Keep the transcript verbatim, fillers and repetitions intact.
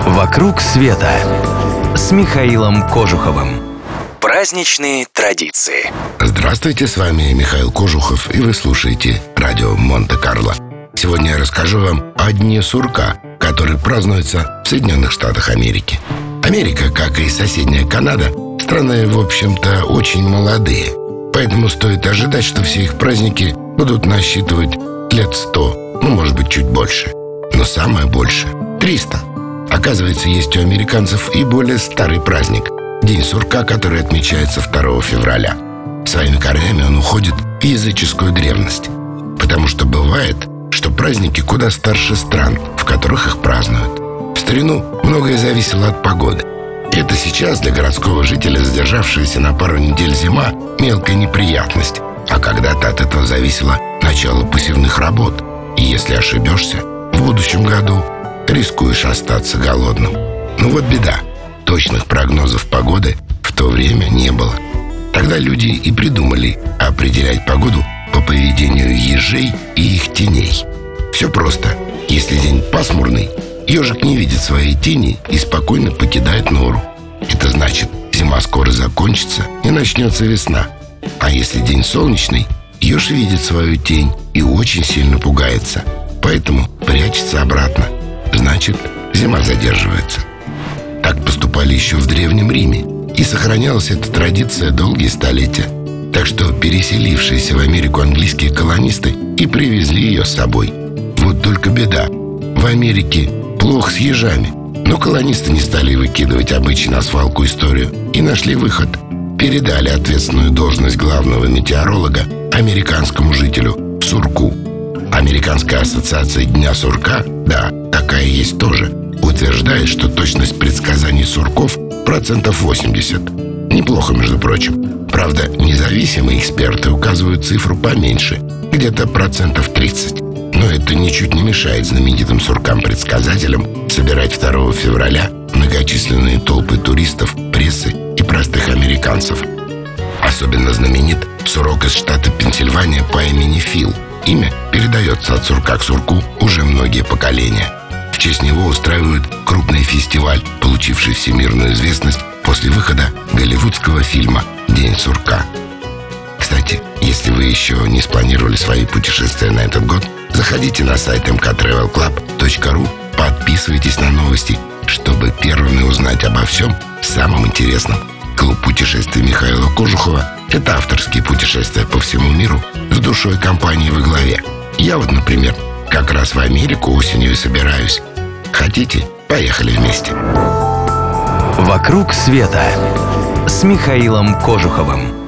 «Вокруг света» с Михаилом Кожуховым. Праздничные традиции. Здравствуйте, с вами Михаил Кожухов, и вы слушаете радио Монте-Карло. Сегодня я расскажу вам о Дне сурка, который празднуется в Соединенных Штатах Америки. Америка, как и соседняя Канада, страны, в общем-то, очень молодые. Поэтому стоит ожидать, что все их праздники будут насчитывать лет сто, ну, может быть, чуть больше. Но самое больше — триста. Оказывается, есть у американцев и более старый праздник — День сурка, который отмечается второго февраля. Своими корнями он уходит в языческую древность. Потому что бывает, что праздники куда старше стран, в которых их празднуют. В старину многое зависело от погоды. И это сейчас для городского жителя задержавшаяся на пару недель зима — мелкая неприятность. А когда-то от этого зависело начало посевных работ. И если ошибешься, в будущем году рискуешь остаться голодным. Но вот беда. Точных прогнозов погоды в то время не было. Тогда люди и придумали определять погоду по поведению ежей и их теней. Все просто. Если день пасмурный, ежик не видит своей тени и спокойно покидает нору. Это значит, зима скоро закончится и начнется весна. А если день солнечный, еж видит свою тень и очень сильно пугается. Поэтому прячется обратно. Значит, зима задерживается. Так поступали еще в Древнем Риме. И сохранялась эта традиция долгие столетия. Так что переселившиеся в Америку английские колонисты и привезли ее с собой. Вот только беда. В Америке плохо с ежами. Но колонисты не стали выкидывать обычай на свалку историю и нашли выход. Передали ответственную должность главного метеоролога американскому жителю сурку. Американская ассоциация Дня сурка, да, такая есть тоже, утверждает, что точность предсказаний сурков процентов восемьдесят. Неплохо, между прочим. Правда, независимые эксперты указывают цифру поменьше, где-то процентов тридцать. Но это ничуть не мешает знаменитым суркам-предсказателям собирать второго февраля многочисленные толпы туристов, прессы и простых американцев. Особенно знаменит сурок из штата Пенсильвания по имени Фил. Имя передается от сурка к сурку уже многие поколения. В честь него устраивают крупный фестиваль, получивший всемирную известность после выхода голливудского фильма «День сурка». Кстати, если вы еще не спланировали свои путешествия на этот год, заходите на сайт эм ка трэвел клаб точка ру, подписывайтесь на новости, чтобы первыми узнать обо всем самом интересном. Клуб путешествий Михаила Кожухова — это авторские путешествия по всему миру с душой компании во главе. Я вот, например, как раз в Америку осенью и собираюсь. Хотите? Поехали вместе. «Вокруг света» с Михаилом Кожуховым.